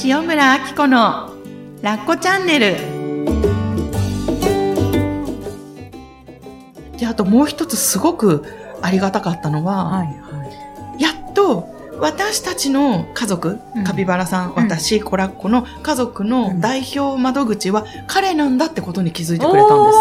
塩村あき子のラッコチャンネル。で、あともう一つすごくありがたかったのは、はいはい、やっと私たちの家族、カピバラさん、私、コラッコの家族の代表窓口は彼なんだってことに気づいてくれたんです。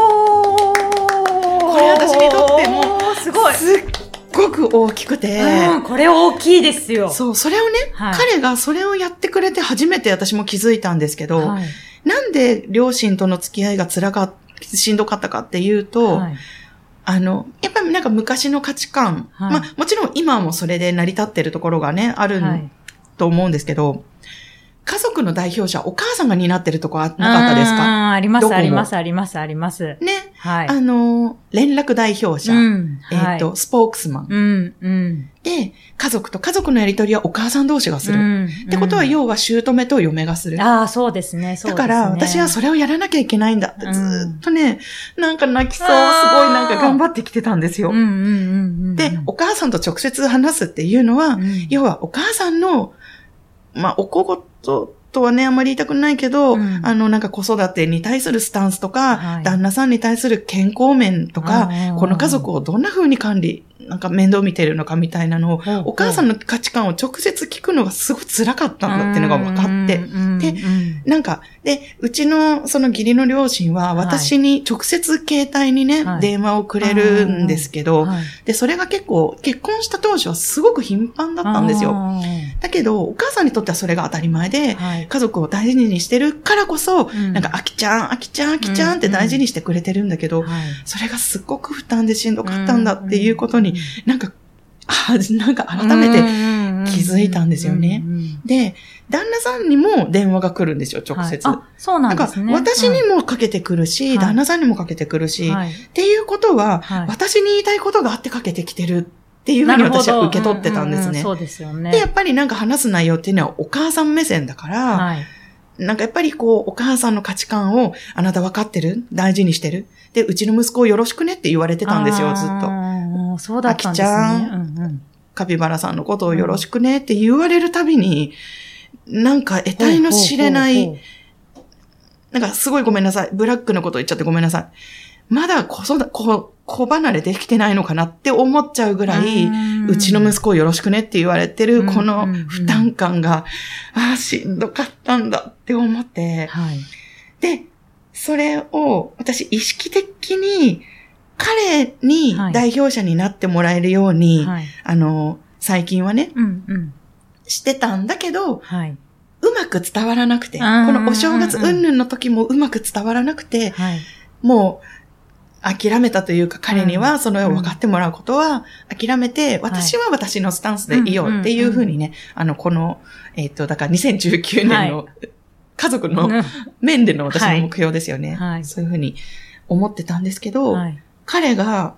これ私にとってもすっごく大きくて、 これ大きいですよ。 そう、それをね、彼がそれをやってくれて初めて私も気づいたんですけど、なんで両親との付き合いがしんどかったかっていうと、やっぱりなんか昔の価値観、もちろん今もそれで成り立ってるところがね、あると思うんですけど、家族の代表者、お母さんが担ってるとこはなかったですか？ あります、あります、あります、あります。 ね。はい。連絡代表者、スポークスマン。で、家族のやりとりはお母さん同士がする。ってことは、要は姑と嫁がする。 そうですね、そうですね。 だから、私はそれをやらなきゃいけないんだってずっとね、なんか泣きそう、すごいなんか頑張ってきてたんですよ。で、お母さんと直接話すっていうのは、要はお母さんの、おこごとはね、あんまり言いたくないけど、なんか子育てに対するスタンスとか、旦那さんに対する健康面とか、この家族をどんな風に管理、なんか面倒見てるのかみたいなのを、お母さんの価値観を直接聞くのがすごく辛かったんだっていうのが分かって。で、なんか、うちのその義理の両親は私に直接携帯にね、電話をくれるんですけど、で、それが結構、結婚した当初はすごく頻繁だったんですよ。だけど、お母さんにとってはそれが当たり前で、家族を大事にしてるからこそ、なんか、あきちゃんって大事にしてくれてるんだけど、それがすっごく負担でしんどかったんだっていうことに、なんか改めて気づいたんですよね。で、旦那さんにも電話が来るんですよ、直接。 そうなんですね。 なんか私にもかけてくるし、旦那さんにもかけてくるし、っていうことは、私に言いたいことがあってかけてきてるっていうふうに私は受け取ってたんですね。 そうですよね。 で、やっぱりなんか話す内容っていうのはお母さん目線だから、なんかやっぱりお母さんの価値観をあなた分かってる？大事にしてる？で、うちの息子をよろしくねって言われてたんですよ、ずっと。 そうだったんですね。 あきちゃん、カピバラさんのことをよろしくねって言われるたびに、なんか得体の知れない、なんかすごいごめんなさい。ブラックのこと言っちゃってごめんなさい。まだ子離れできてないのかなって思っちゃうぐらい、うちの息子をよろしくねって言われてる、この負担感が、しんどかったんだって思って、で、それを私意識的に彼に代表者になってもらえるように、最近はね、してたんだけど、うまく伝わらなくて、このお正月云々の時もうまく伝わらなくて、もう諦めたというか彼にはそれを分かってもらうことは諦めて、私は私のスタンスでいようっていうふうにね、この、だから2019年の、家族の面での私の目標ですよね。そういうふうに思ってたんですけど、彼が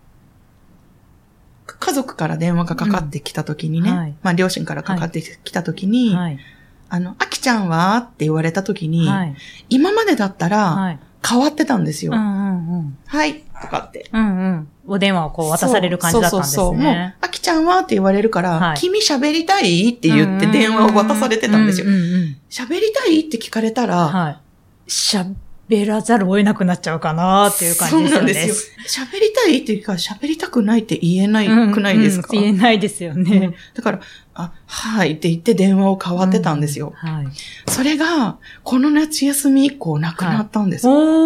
家族から電話がかかってきたときにね、両親からかかってきたときに、あきちゃんはって言われたときに、今までだったら変わってたんですよ。はいとかって。 お電話をこう渡される感じだったんですね。そう。 もう、あきちゃんはって言われるから、君喋りたいって言って電話を渡されてたんですよ。喋りたいって聞かれたら、 喋らざるを得なくなっちゃうかなっていう感じですよね。 そうなんですよ。喋りたいっていうか、喋りたくないって言えないくないですか？ 言えないですよね。 だから、はいって言って電話を変わってたんですよ。それが、この夏休み以降なくなったんです。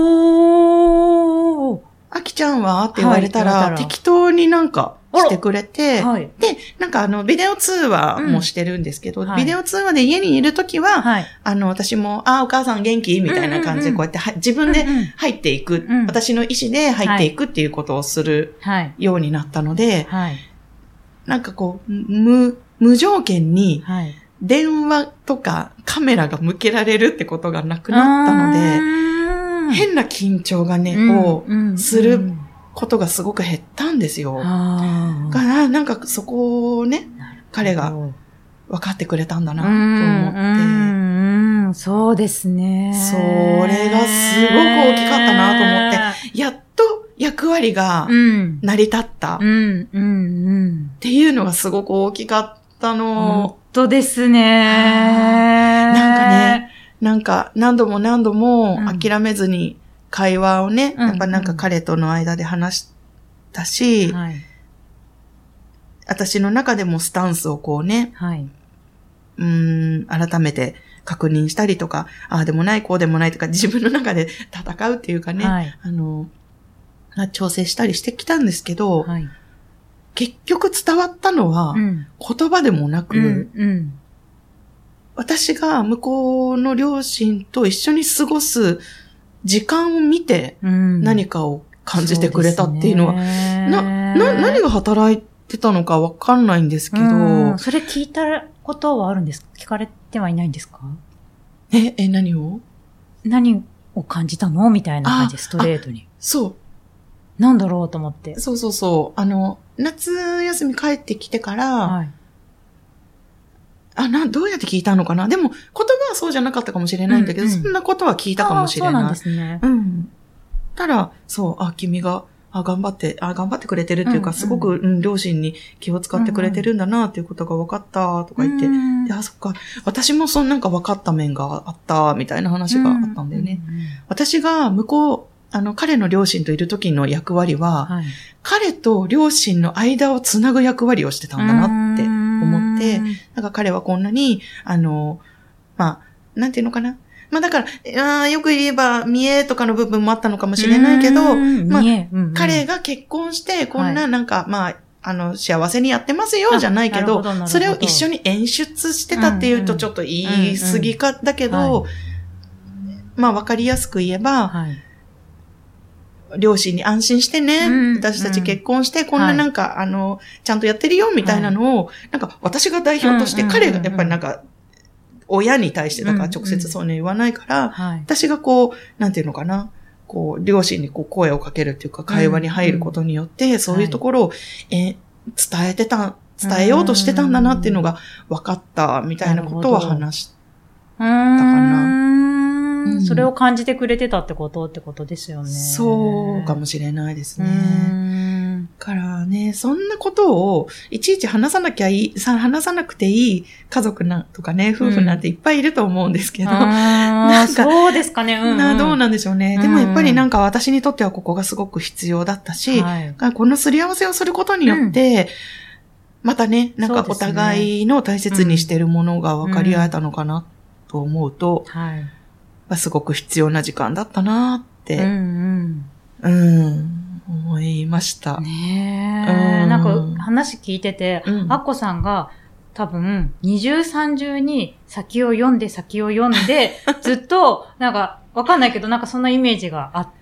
あきちゃんはって言われたら、適当になんかしてくれて、で、なんかビデオ通話もしてるんですけど、ビデオ通話で家にいるときは、私も、お母さん元気みたいな感じでこうやって自分で入っていく、私の意思で入っていくっていうことをするようになったので、なんかこう、無条件に、電話とかカメラが向けられるってことがなくなったので、変な緊張がね、することがすごく減ったんですよ。なんかそこをね、彼が分かってくれたんだなと思って。 そうですね。 それがすごく大きかったなと思って、やっと役割が成り立ったっていうのがすごく大きかったの。 本当ですね。 なんか何度も何度も諦めずに会話をね、やっぱなんか彼との間で話したし、はい、私の中でもスタンスをこうね、はい、改めて確認したりとか、ああでもない、こうでもないとか、自分の中で戦うっていうかね、はい、調整したりしてきたんですけど、はい、結局伝わったのは、言葉でもなく、私が向こうの両親と一緒に過ごす時間を見て、何かを感じてくれたっていうのは、何が働いてたのかわかんないんですけど、 それ聞いたことはあるんですか？聞かれてはいないんですか？ 何を感じたのみたいな感じでストレートに。 そう。 なんだろうと思って。 そう。夏休み帰ってきてから、はい、どうやって聞いたのかな？でも、言葉はそうじゃなかったかもしれないんだけど、そんなことは聞いたかもしれない。 そうなんですね。 ただ、君が、頑張ってくれてるっていうか、すごく、両親に気を使ってくれてるんだなっていうことが分かったとか言って、で、そっか、私もなんか分かった面があった、みたいな話があったんだよね。私が彼の両親といる時の役割は、はい、彼と両親の間をつなぐ役割をしてたんだなって思って、なんか彼はこんなに、なんていうのかな。だから、よく言えば、見栄とかの部分もあったのかもしれないけど、彼が結婚して、こんな、なんか、幸せにやってますよ、じゃないけど、それを一緒に演出してたっていうと、ちょっと言い過ぎだけど、わかりやすく言えば、両親に安心してね、私たち結婚して、こんななんか、ちゃんとやってるよ、みたいなのを、なんか、私が代表として、彼がやっぱりなんか、親に対してだから直接そういうの言わないから、私がなんていうのかな、両親に声をかけるっていうか、会話に入ることによって、そういうところを、伝えようとしてたんだなっていうのが分かった、みたいなことは話したかな。 それを感じてくれてたってことですよね。 そうかもしれないですね。からね、そんなことをいちいち話さなくていい家族とかね、夫婦なんていっぱいいると思うんですけど。 なんかそうですかね。 どうなんでしょうね。でもやっぱりなんか私にとってはここがすごく必要だったし、このすり合わせをすることによって、またね、なんかお互いの大切にしているものが分かり合えたのかなと思うと、すごく必要な時間だったなって、思いました。 なんか話聞いてて、アッコさんが多分二重三重に先を読んで、ずっとなんかわかんないけどなんかそんなイメージがあって、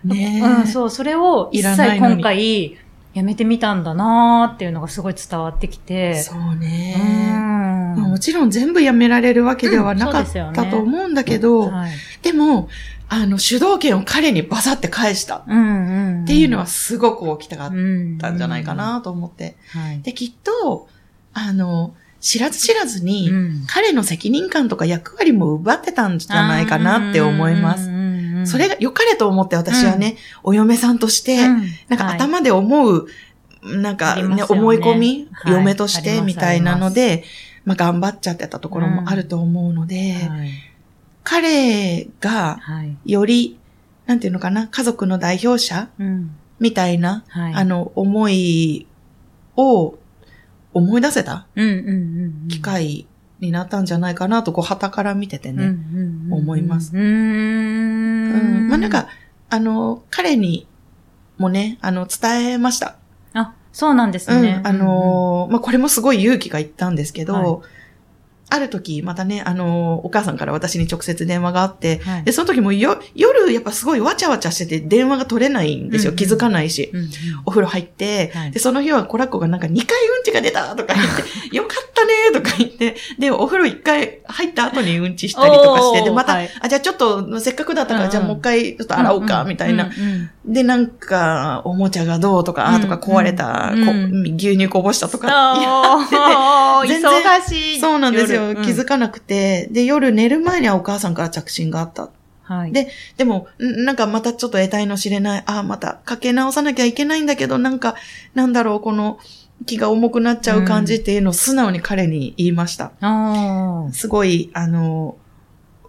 それを一切今回やめてみたんだなーっていうのがすごい伝わってきて。 そうね。もちろん全部やめられるわけではなかったと思うんだけど、でも、主導権を彼にバサって返したっていうのはすごく大きかったんじゃないかなと思って。で、きっと、知らずに、彼の責任感とか役割も奪ってたんじゃないかなって思います。それが良かれと思って私はね、お嫁さんとして、なんか頭で思う、なんかね、思い込み、嫁としてみたいなので、頑張っちゃってたところもあると思うので、彼がより、なんていうのかな、家族の代表者みたいな、思いを思い出せた機会になったんじゃないかなと、傍から見ててね、思います。なんか、彼にもね、伝えました。 そうなんですね。 これもすごい勇気がいったんですけど、ある時、またね、お母さんから私に直接電話があって、で、その時も夜、やっぱすごいわちゃわちゃしてて電話が取れないんですよ。気づかないし。お風呂入って、で、その日はコラッコがなんか2回うんちが出たとか言って、よかったねとか言って、で、お風呂1回入った後にうんちしたりとかして、で、また、じゃあちょっとせっかくだったから、じゃあもう一回ちょっと洗おうか、みたいな。で、なんか、おもちゃがどうとか、とか壊れた、牛乳こぼしたとかやってて、忙しい。 そうなんですよ。気づかなくて。で、夜寝る前にはお母さんから着信があった。でも、なんかまたちょっと得体の知れない、またかけ直さなきゃいけないんだけど、なんか、なんだろう、この気が重くなっちゃう感じっていうのを素直に彼に言いました。すごい、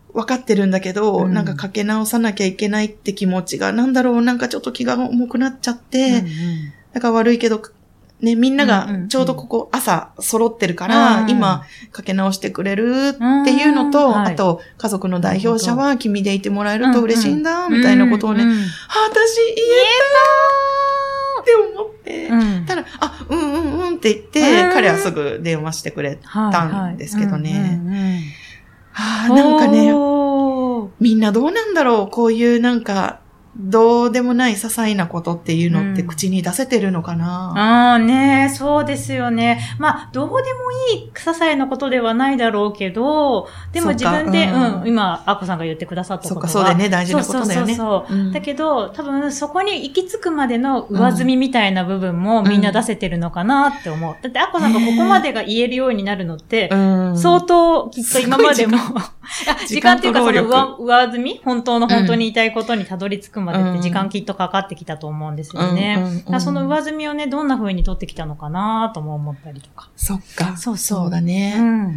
分かってるんだけど、なんかかけ直さなきゃいけないって気持ちが、なんだろう、なんかちょっと気が重くなっちゃって、だから悪いけど、ね、みんながちょうどここ朝揃ってるから、今かけ直してくれるっていうのと、あと家族の代表者は君でいてもらえると嬉しいんだ、みたいなことをね、私言えたって思って、ただ、って言って、彼はすぐ電話してくれたんですけどね。なんかね、みんなどうなんだろう、こういうなんか、どうでもない些細なことっていうのって口に出せてるのかな。 ねそうですよね。まあ、どうでもいい些細なことではないだろうけど、でも自分で、今、アッコさんが言ってくださったことは。 そうだよね、大事なことだよね。 だけど、多分そこに行き着くまでの上積みみたいな部分もみんな出せてるのかなって思う。だってアッコさんがここまでが言えるようになるのって、相当きっと今までも、時間っていうかその上積み本当に言いたいことにたどり着くまでって時間きっとかかってきたと思うんですよね。その上積みをね、どんな風に取ってきたのかなとも思ったりとか。 そっか。そうだね。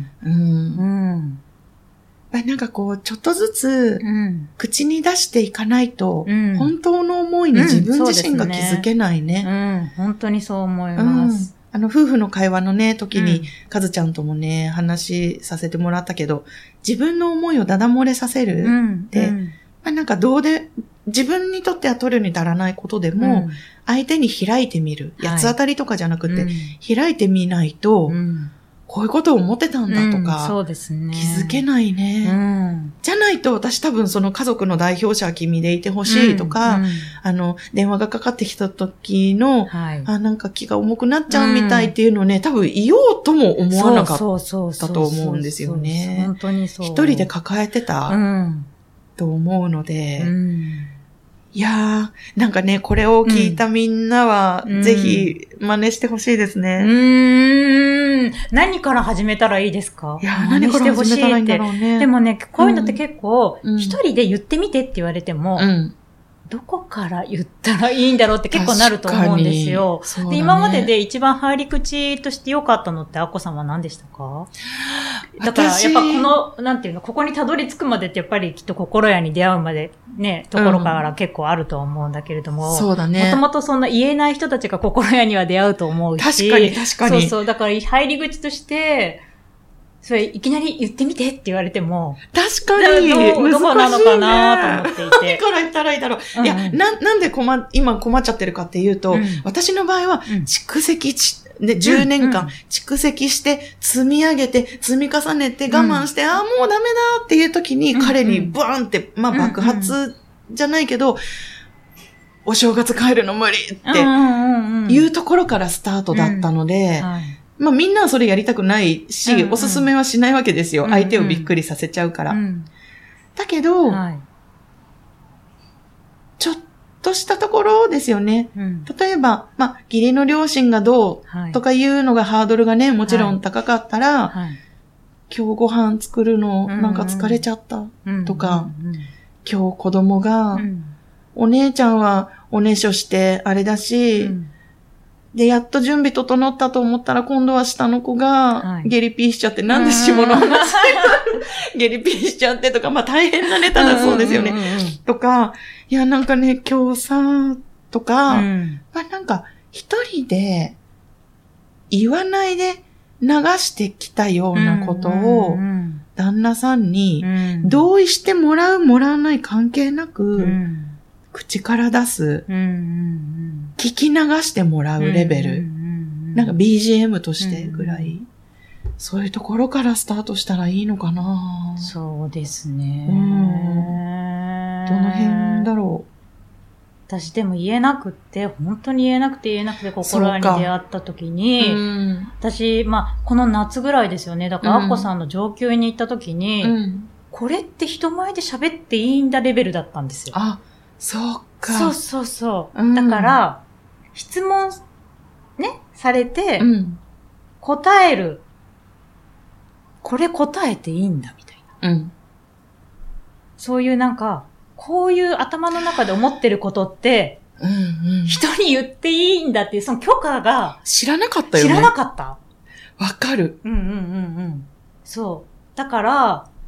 なんかこう、ちょっとずつ、口に出していかないと、本当の思いに自分自身が気づけないね。 本当にそう思います。 夫婦の会話のね、時に、かずちゃんともね、話させてもらったけど、自分の思いをダダ漏れさせるって、なんか自分にとっては取るに足らないことでも、相手に開いてみる。八つ当たりとかじゃなくて、開いてみないと、こういうことを思ってたんだとか、 そうですね、 気づけないね、じゃないと私多分その家族の代表者は君でいてほしいとか、電話がかかってきた時の、なんか気が重くなっちゃうみたいっていうのをね、多分言おうとも思わなかったと思うんですよね。 本当にそう。 一人で抱えてた、と思うので、いやー、なんかね、これを聞いたみんなは、ぜひ真似してほしいですね。 何から始めたらいいですか？ いやー、何から始めたらいいんだろうね。 でもね、こういうのって結構、一人で言ってみてって言われても、どこから言ったらいいんだろうって結構なると思うんですよ。で、今までで一番入り口として良かったのってアッコさんは何でしたか？だからやっぱこの、なんていうの、ここにたどり着くまでってやっぱりきっと心屋に出会うまでね、ところから結構あると思うんだけれども。 そうだね。 もともとそんな言えない人たちが心屋には出会うと思うし。 確かに。 だから入り口として、それいきなり言ってみてって言われても。 確かに。 どこなのかなと思っていて。 何から言ったらいいだろう。いや、なんで今困っちゃってるかっていうと、私の場合は、蓄積で、10年間蓄積して、積み上げて、積み重ねて、我慢して、もうダメだっていう時に、彼にブーンって、爆発じゃないけど、お正月帰るの無理っていうところからスタートだったので、みんなはそれやりたくないし、おすすめはしないわけですよ。相手をびっくりさせちゃうから。だけど、ちょっとしたところですよね。例えば、義理の両親がどうとかいうのがハードルがね、もちろん高かったら、今日ご飯作るのなんか疲れちゃったとか、今日子供が、お姉ちゃんはおねしょしてあれだし、で、やっと準備整ったと思ったら、今度は下の子が、ゲリピーしちゃって、なんで下の話ゲリピーしちゃってとか、大変なネタだそうですよね。とか、いや、なんかね、今日さ、とか、なんか、一人で、言わないで流してきたようなことを、旦那さんに、同意してもらう、もらわない関係なく、口から出す、聞き流してもらうレベル、なんか BGM としてぐらい、そういうところからスタートしたらいいのかな。 そうですね。 どの辺だろう。 私でも言えなくって、本当に言えなくて心屋に出会った時に、私、この夏ぐらいですよね。だから、アッコさんの上級に行った時に、これって人前で喋っていいんだレベルだったんですよ。 そうか。 そう。だから、質問、ね、されて、答える。これ答えていいんだ、みたいな。そういうなんか、こういう頭の中で思ってることって、人に言っていいんだっていう、その許可が。 知らなかったよね。 知らなかった。 わかる。 そう。だから、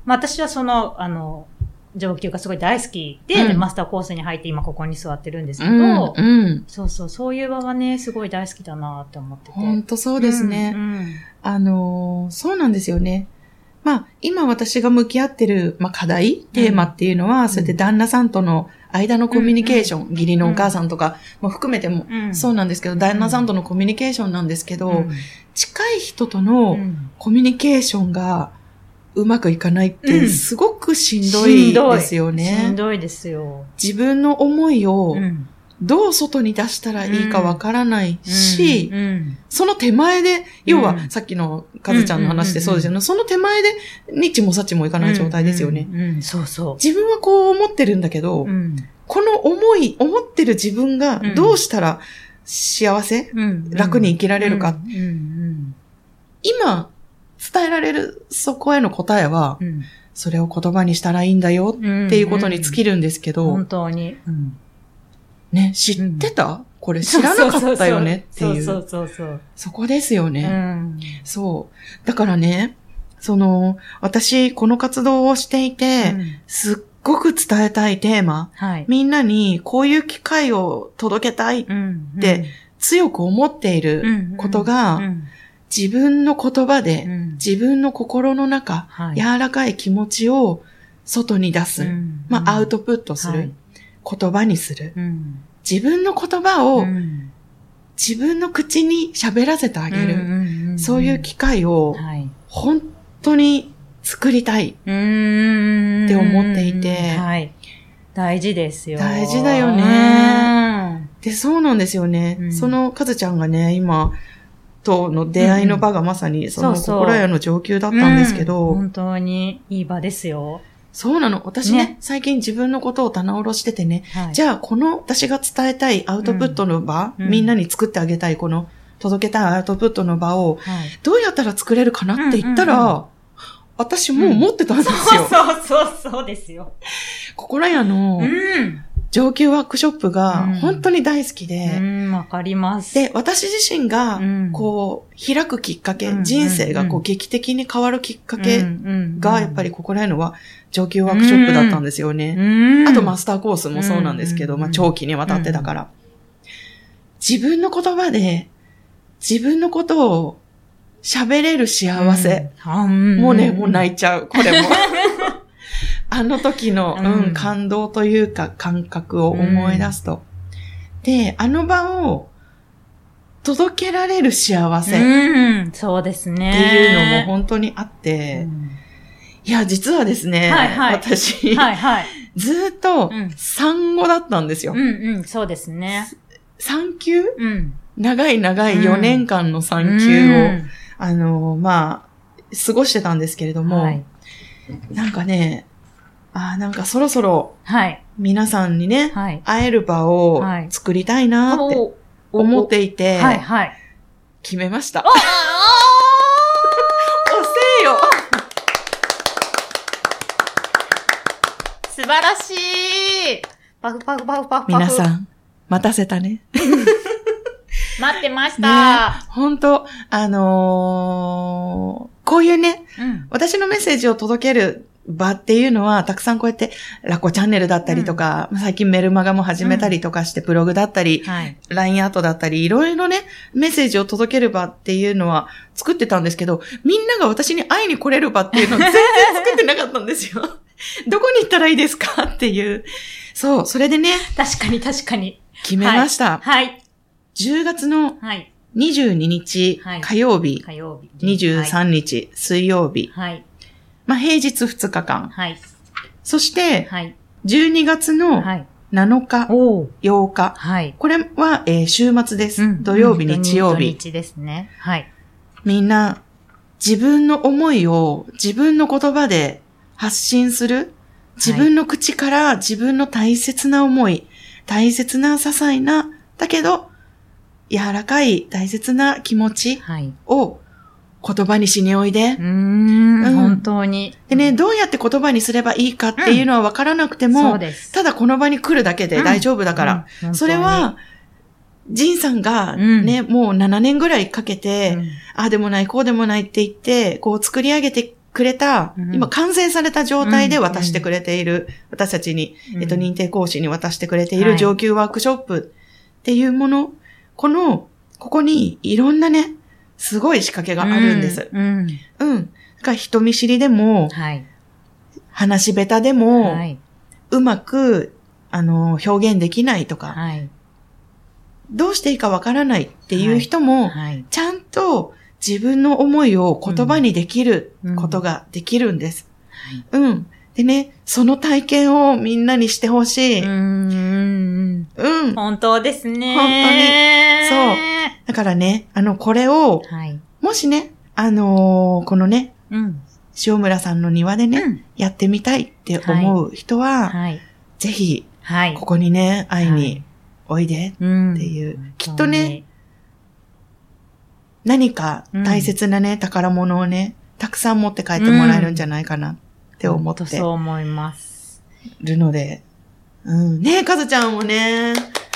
私は上級がすごい大好きで、マスターコースに入って今ここに座ってるんですけど、そういう場はね、すごい大好きだなって思ってて。 本当そうですね。そうなんですよね。今私が向き合ってる、課題、テーマっていうのは、そうやって旦那さんとの間のコミュニケーション、義理のお母さんとかも含めてもそうなんですけど、旦那さんとのコミュニケーションなんですけど、近い人とのコミュニケーションがうまくいかないってすごくしんどいですよね。 しんどいですよ。 自分の思いをどう外に出したらいいかわからないし、その手前で、要はさっきのカズちゃんの話でそうですよね。その手前でニッチもサッチもいかない状態ですよね。 そうそう。 自分はこう思ってるんだけど、この思ってる自分がどうしたら幸せ、楽に生きられるか。今、伝えられるそこへの答えは、それを言葉にしたらいいんだよっていうことに尽きるんですけど、 本当に。 ね、知ってた、これ知らなかったよねっていう。そこですよね。そう。だからね、私、この活動をしていて、すっごく伝えたいテーマ、みんなにこういう機会を届けたいって強く思っていることが、自分の言葉で、自分の心の中、柔らかい気持ちを外に出す。アウトプットする。言葉にする。自分の言葉を自分の口に喋らせてあげる。そういう機会を本当に作りたいって思っていて。 大事ですよ。 大事だよね。で、そうなんですよね。そのカズちゃんがね、今、との出会いの場がまさにその心屋の上級だったんですけど、 本当にいい場ですよ。 そうなの。私ね、最近自分のことを棚卸しててね、じゃあこの私が伝えたいアウトプットの場、みんなに作ってあげたいこの届けたいアウトプットの場を、どうやったら作れるかなって言ったら、私もう持ってたんですよ。 そうですよ。 心屋の上級ワークショップが本当に大好きで、 わかります。 で、私自身が、こう、開くきっかけ、人生がこう、劇的に変わるきっかけが、やっぱり心屋のは上級ワークショップだったんですよね。あとマスターコースもそうなんですけど、長期にわたってだから。自分の言葉で、自分のことを喋れる幸せ。もうね、もう泣いちゃう、これも。あの時の、感動というか感覚を思い出すと。で、あの場を届けられる幸せ。 そうですね。 っていうのも本当にあって、いや、実はですね、私、ずっと産後だったんですよ。 そうですね。 産休長い4年間の産休を、過ごしてたんですけれども、なんかね、なんかそろそろ、皆さんにね、会える場を作りたいなって思っていて、決めました。おせよ素晴らしいパフパフパフパフパフ。 皆さん、待たせたね。 待ってました。 本当こういうね、私のメッセージを届ける場っていうのは、たくさんこうやって、ラコチャンネルだったりとか、最近メルマガも始めたりとかして、ブログだったり、LINE アートだったり、いろいろね、メッセージを届ける場っていうのは作ってたんですけど、みんなが私に会いに来れる場っていうのを全然作ってなかったんですよ。どこに行ったらいいですかっていう。そう、それでね。 確かに。 決めました。10月の22日、火曜日、23日、水曜日、平日2日間。そして、12月の7日、8日。これは、週末です。土曜日、日曜日。 土日ですね。 みんな、自分の思いを自分の言葉で発信する。自分の口から自分の大切な思い、大切な些細な、だけど、柔らかい大切な気持ちを言葉にしにおいで。 本当に。 でね、どうやって言葉にすればいいかっていうのは分からなくても、ただこの場に来るだけで大丈夫だから。それは、ジンさんがね、もう7年ぐらいかけて、ああでもない、こうでもないって言って、こう作り上げてくれた、今完成された状態で渡してくれている、私たちに、認定講師に渡してくれている上級ワークショップっていうもの、ここにいろんなね、すごい仕掛けがあるんです。だから人見知りでも、話し下手でも、うまく、表現できないとか、どうしていいかわからないっていう人も、ちゃんと自分の思いを言葉にできることができるんです。でね、その体験をみんなにしてほしい。 本当ですね。 本当に。そう。だからね、これを、もしね、このね、塩村さんの庭でね、やってみたいって思う人は、ぜひ、ここにね、会いにおいでっていう、きっとね、何か大切なね、宝物をね、たくさん持って帰ってもらえるんじゃないかなって思って。 そう思います。 るので、ねえ、かずちゃんもね、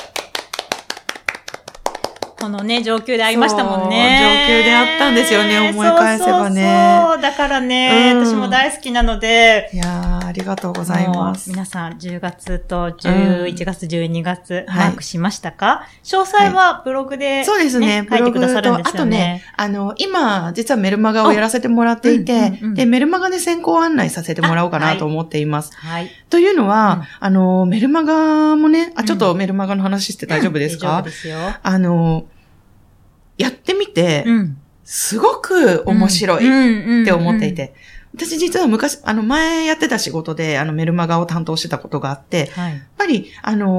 このね、上級で会いましたもんね。 上級で会ったんですよね、思い返せばね。 そう、だからね、私も大好きなので。 いやー、ありがとうございます。 皆さん、10月と11月、12月、マークしましたか？詳細はブログで、 そうですね、 書いてくださるんですよね。 あとね、今、実はメルマガをやらせてもらっていて、で、メルマガで先行案内させてもらおうかなと思っています。というのは、メルマガもね、ちょっとメルマガの話して大丈夫ですか？ 大丈夫ですよ。 やってみて、すごく面白いって思っていて。私実は昔、前やってた仕事で、メルマガを担当してたことがあって、やっぱり、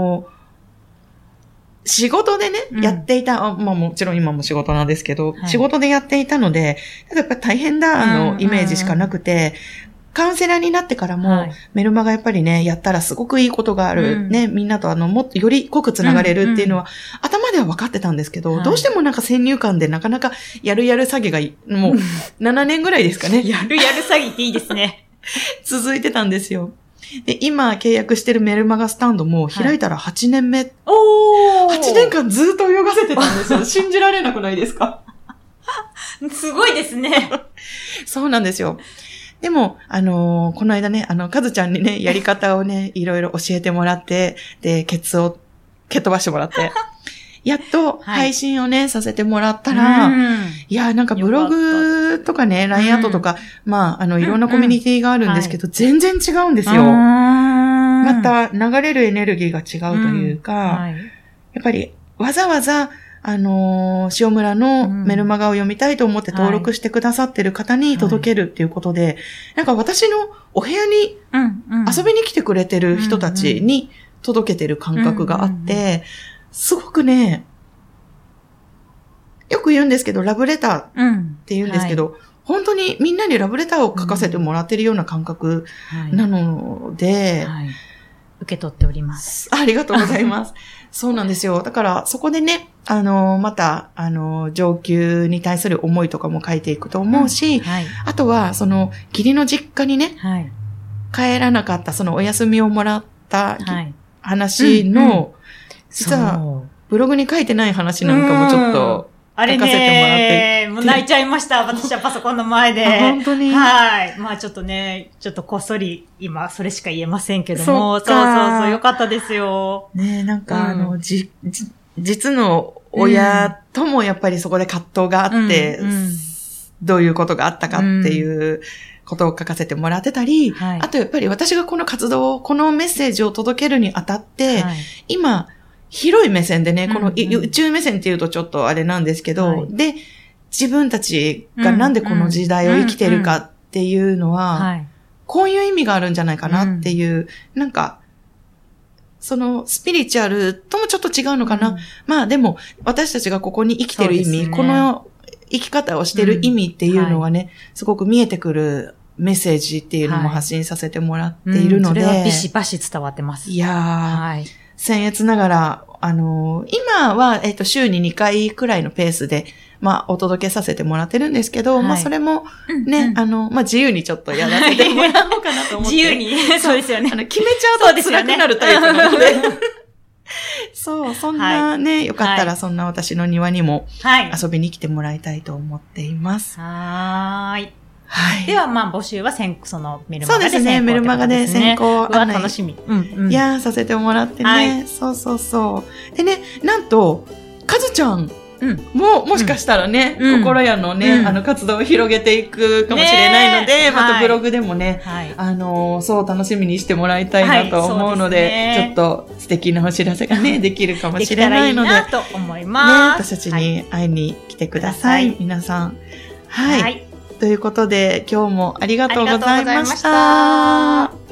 仕事でね、やっていた、まあもちろん今も仕事なんですけど、仕事でやっていたので、やっぱり大変だ、イメージしかなくて、カウンセラーになってからも、メルマガやっぱりね、やったらすごくいいことがある。ね、みんなともっとより濃くつながれるっていうのは、頭では分かってたんですけど、どうしてもなんか先入観でなかなかやる詐欺が、もう7年ぐらいですかね。 やる詐欺っていいですね。 続いてたんですよ。で、今契約してるメルマガスタンドも開いたら8年目。8年間ずっと泳がせてたんですよ。信じられなくないですか？ すごいですね。 そうなんですよ。でも、この間ね、かずちゃんにね、やり方をね、いろいろ教えてもらって、で、ケツを蹴っ飛ばしてもらって、やっと配信をね、させてもらったら、いや、なんかブログとかね、LINE アットとか、まあ、いろんなコミュニティがあるんですけど、全然違うんですよ。また、流れるエネルギーが違うというか、やっぱり、わざわざ、塩村のメルマガを読みたいと思って登録してくださってる方に届けるっていうことで、なんか私のお部屋に遊びに来てくれてる人たちに届けてる感覚があって、すごくね、よく言うんですけど、ラブレターって言うんですけど、本当にみんなにラブレターを書かせてもらってるような感覚なので、 受け取っております。 ありがとうございます。そうなんですよ。だから、そこでね、また、上級に対する思いとかも書いていくと思うし、あとは、義理の実家にね、帰らなかった、そのお休みをもらった話の、実は、ブログに書いてない話なんかもちょっと、 あれね、もう泣いちゃいました。私はパソコンの前で。 本当に？ はい。まあちょっとね、ちょっとこっそり今それしか言えませんけども。そうよかったですよ。 ね、なんか実の親ともやっぱりそこで葛藤があって、どういうことがあったかっていうことを書かせてもらってたり、あとやっぱり私がこの活動、このメッセージを届けるにあたって、今、広い目線でね、この宇宙目線っていうとちょっとあれなんですけど、で、自分たちがなんでこの時代を生きてるかっていうのは、こういう意味があるんじゃないかなっていう、なんか、そのスピリチュアルともちょっと違うのかな。まあでも、私たちがここに生きてる意味、この生き方をしてる意味っていうのはね、すごく見えてくるメッセージっていうのも発信させてもらっているので。 それはビシバシ伝わってます。 いやー、僭越ながら、今は、週に2回くらいのペースで、まあ、お届けさせてもらってるんですけど、まあ、それも、ね、まあ、自由にちょっとやらせてもらおうかなと思って。 自由にそうですよね。 決めちゃうと辛くなるタイプなので。そう、そんなね、よかったらそんな私の庭にも遊びに来てもらいたいと思っています。 はい。 はい。 では、募集はそのメルマガでそうですね、メルマガで先行案内。 楽しみ。 いやさせてもらってね。そう。でね、なんと、かずちゃんもしかしたらね、心屋のね、活動を広げていくかもしれないので、またブログでもね、そう楽しみにしてもらいたいなと思うので、ちょっと素敵なお知らせがね、できるかもしれないので、 できたらいいなと思います。 私たちに会いに来てください、皆さん。はい。ということで、今日もありがとうございました。